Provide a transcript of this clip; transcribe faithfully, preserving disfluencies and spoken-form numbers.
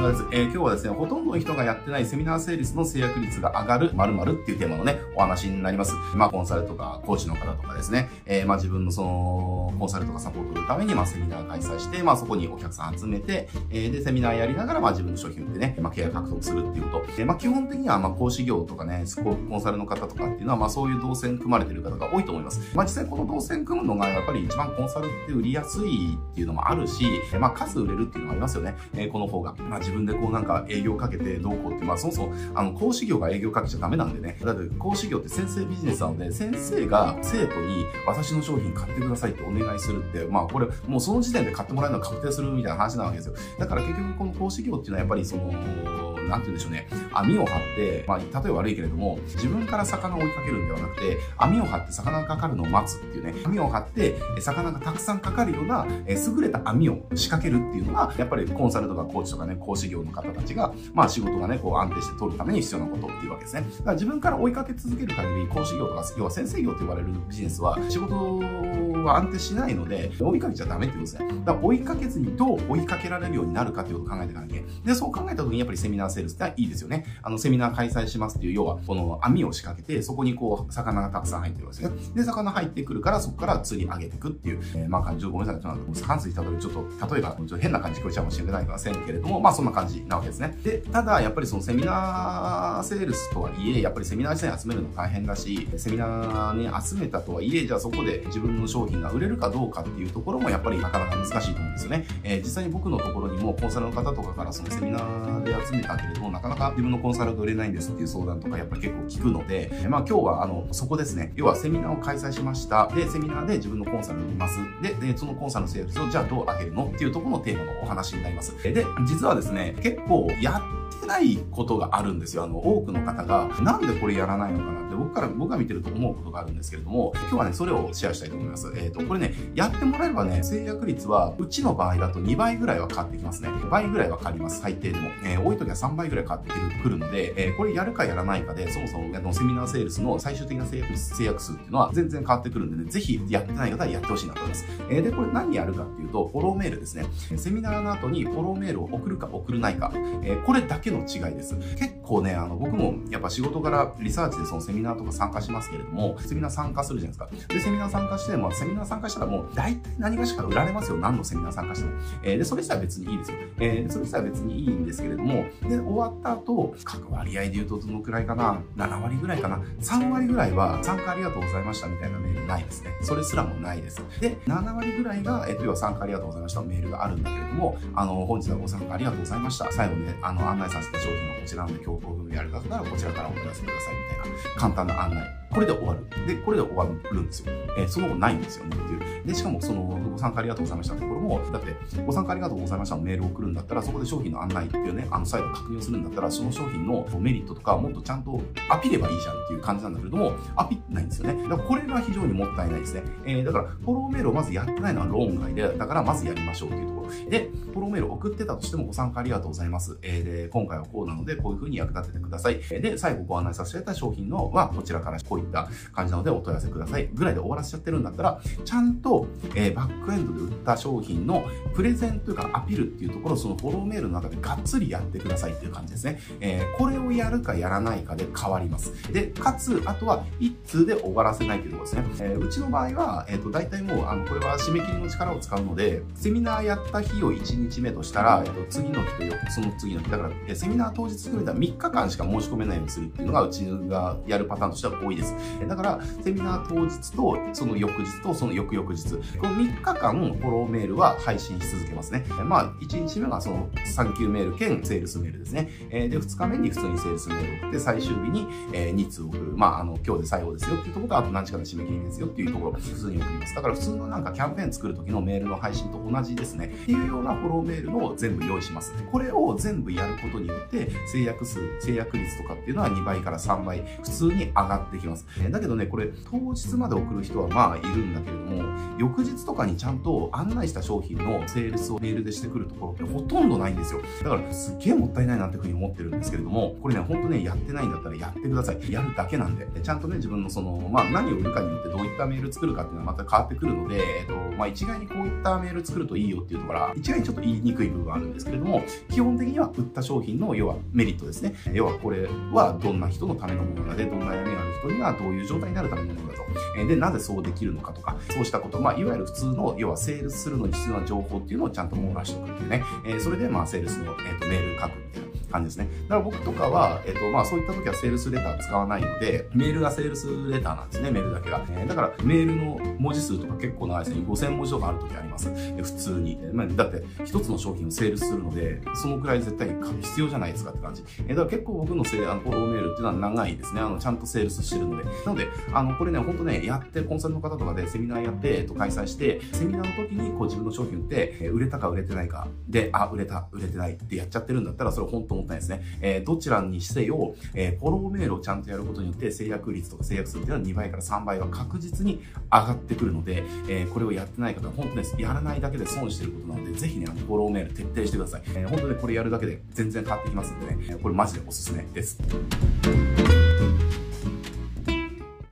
中です。えー、今日はですね、ほとんどの人がやってないセミナーセールスの制約率が上がる〇〇っていうテーマのね、お話になります。まあ、コンサルとか、コーチの方とかですね、えー、まあ、自分のその、コンサルとかサポートをするために、まあ、セミナー開催して、まあ、そこにお客さん集めて、えー、で、セミナーやりながら、まあ、自分の商品売ってね、まあ、契約獲得するっていうこと。えー、まあ、基本的には、まあ、講師業とかね、コンサルの方とかっていうのは、まあ、そういう動線組まれてる方が多いと思います。まあ、実際この動線組むのが、やっぱり一番コンサルって売りやすいっていうのもあるし、まあ、数売れるっていうのもありますよね。えー、この方が。まあ、自分でこうなんか営業かけてどうこうって、まあ、そもそも、あの、講師業が営業かけちゃダメなんでね。だって講師業って先生ビジネスなので、先生が生徒に私の商品買ってくださいってお願いするって、まあ、これ、もうその時点で買ってもらえるのは確定するみたいな話なわけですよ。だから結局この講師業っていうのはやっぱりその、なんて言うんでしょうね。網を張って、まあ、例えば悪いけれども、自分から魚を追いかけるんではなくて、網を張って魚がかかるのを待つっていうね、網を張って、魚がたくさんかかるような、え優れた網を仕掛けるっていうのが、やっぱりコンサルとかコーチとかね、講師業の方たちが、まあ仕事がね、こう安定して取るために必要なことっていうわけですね。だから自分から追いかけ続ける限り、講師業とか、要は先生業と言われるビジネスは、仕事は安定しないので、追いかけちゃダメってことですね。だから追いかけずにどう追いかけられるようになるかっていうことを考えていかなきゃいけない。で、そう考えた時にやっぱりセミナーセールスっていいですよね。あの、セミナー開催しますっていう、要は、この網を仕掛けて、そこにこう、魚がたくさん入ってるわけですね。で、魚入ってくるから、そこから釣り上げていくっていう、えー、まあ感じ、ごめんなさい、ちょっと、関数に例えるちょっと、例えば、ちょっと変な感じ聞こえちゃうかもしれないませんけれども、まあそんな感じなわけですね。で、ただ、やっぱりそのセミナーセールスとはいえ、やっぱりセミナー自体に集めるの大変だし、セミナーに集めたとはいえ、じゃあそこで自分の商品が売れるかどうかっていうところも、やっぱりなかなか難しいと思うんですよね。えー、実際に僕のところにも、コンサルの方とかからそのセミナーで集めたけれども、なかなか自分のコンサルが売れないんですっていう相談とかやっぱり結構聞くので、まあ今日はあの、そこですね。要はセミナーを開催しました。で、セミナーで自分のコンサルを売ります。で、でそのコンサルのセールスをじゃあどう上げるのっていうところのテーマのお話になります。で、実はですね、結構やってないことがあるんですよ。あの、多くの方が、なんでこれやらないのかなって僕から、僕が見てると思うことがあるんですけれども、今日はね、それをシェアしたいと思います。えっと、これね、やってもらえればね、制約率は、うちの場合だとにばいぐらいは変わってきますね。倍ぐらいは変わります。最低でも。えー、多い時はさんばいぐらい変わってくるので、えー、これやるかやらないかで、そもそもあのセミナーセールスの最終的な制約、制約数っていうのは全然変わってくるんでね、ぜひやってない方はやってほしいなと思います。えー、で、これ何やるかっていうと、フォローメールですね。セミナーの後にフォローメールを送るか送るないか、えー、これだけの違いです。結構ね、あの、僕もやっぱ仕事からリサーチでそのセミナーとか参加しますけれども、セミナー参加するじゃないですか。で、セミナー参加して、まあ、セミナー参加したらもう大体何がしか売られますよ。何のセミナー参加しても。えー、で、それ自体は別にいいですよ。えー、それ自体は別にいいんですけれども、で、終わった後、各割合で言うとどのくらいかな ?なな 割ぐらいかな ?さん 割ぐらいは参加ありがとうございましたみたいなメールないですね。それすらもないです。で、なな割ぐらいが、えっと、要は参加ありがとうございましたのメールがあるんだけれども、あの、本日はご参加ありがとうございました。最後にね、あの、案内させた商品はこちらなので、今日こういうふうにやる方ならこちらからお問い合わせくださいみたいな簡単な案内。これで終わる。で、これで終わるんですよ。えー、その後ないんですよねっていう。で、しかもその、ご参加ありがとうございましたのところも、だって、ご参加ありがとうございましたのメールを送るんだったら、そこで商品の案内っていうね、あの、サイトを確認するんだったら、その商品のメリットとか、もっとちゃんとアピればいいじゃんっていう感じなんだけれども、アピってないんですよね。だからこれが非常にもったいないですね。えー、だから、フォローメールをまずやってないのは論外で、だからまずやりましょうっていうところ。で、フォローメールを送ってたとしても、ご参加ありがとうございます。えー、で、今回はこうなので、こういう風に役立ててください。で、最後ご案内させていただいた商品のは、こちらからこういった感じなので、お問い合わせください。ぐらいで終わらせちゃってるんだったら、ちゃんと、えー、バックエンドで売った商品のプレゼンというかアピールっていうところをそのフォローメールの中でがっつりやってくださいっていう感じですね。えー、これをやるかやらないかで変わります。で、かつ、あとは一通で終わらせないというところですね。えー、うちの場合は、えっと、大体もう、あの、これは締め切りの力を使うので、セミナーやった日をいちにちめとしたら、えっと、次の日とよその次の日。だから、えー、セミナー当日含めたらみっかかんしか申し込めないようにするっていうのがうちがやるパターンとしては多いです。だから、セミナー当日と、その翌日と、その翌々日。このみっかかん、フォローメールは配信し続けますね。まあ、いちにちめがその、サンキューメール兼セールスメールですね。で、ふつかめに普通にセールスメールを送って、最終日にに通送る。まあ、あの、今日で最後ですよっていうところと、あと何時間で締め切りですよっていうところ、普通に送ります。だから普通のなんかキャンペーン作る時のメールの配信と同じですね。っていうようなフォローメールを全部用意します。これを全部やることによって、制約数、制約率とかっていうのはにばいからさんばい、普通に上がってきます。だけどね、これ、当日まで送る人はまあいるんだけれども、 翌日とかにちゃんと案内した商品のセールスをメールでしてくるところってほとんどないんですよ。だからすっげえもったいないなっていうふうに思ってるんですけれども、これね、ほんとね、やってないんだったらやってください。やるだけなんで。ちゃんとね、自分のその、まあ何を売るかによってどういったメール作るかっていうのはまた変わってくるので、えっと、まあ一概にこういったメール作るといいよっていうところは、一概にちょっと言いにくい部分はあるんですけれども、基本的には売った商品の要はメリットですね。要はこれはどんな人のためのもので、どんな悩みがある人にはどういう状態になるためのものだと。で、なぜそうできるのかとか、そうしたこと、まあいわゆる普通の、要はセールスするのに必要な情報っていうのをちゃんと網羅しておくっていうね。えー、それでまあセールスの、えーと、メール書くみたいな感じですね。だから僕とかは、えっと、まあそういった時はセールスレター使わないので、メールがセールスレターなんですね、メールだけが。えー、だからメールの文字数とか結構長いですね。ごせん文字とかある時あります。えー、普通に。まあ、だって一つの商品をセールスするので、そのくらい絶対書く必要じゃないですかって感じ。えー、だから結構僕のセール、あの、フォローメールっていうのは長いですね。あの、ちゃんとセールスしてるので。なので、あの、これね、ほんとね、やって、コンサルの方とかでセミナーやって、えっと、開催して、セミナーの時にこう自分の商品売って、えー、売れたか売れてないかで、あ、売れた、売れてないってやっちゃってるんだったら、それ本当もったいないですね。えー、どちらにせよ、えー、フォローメールをちゃんとやることによって制約率とか制約数っていうのはにばいからさんばいは確実に上がってくるので、えー、これをやってない方は本当です。やらないだけで損してることなので、ぜひね、あのフォローメール徹底してください。えー、本当にこれやるだけで全然変わってきますんでね、これマジでおすすめです。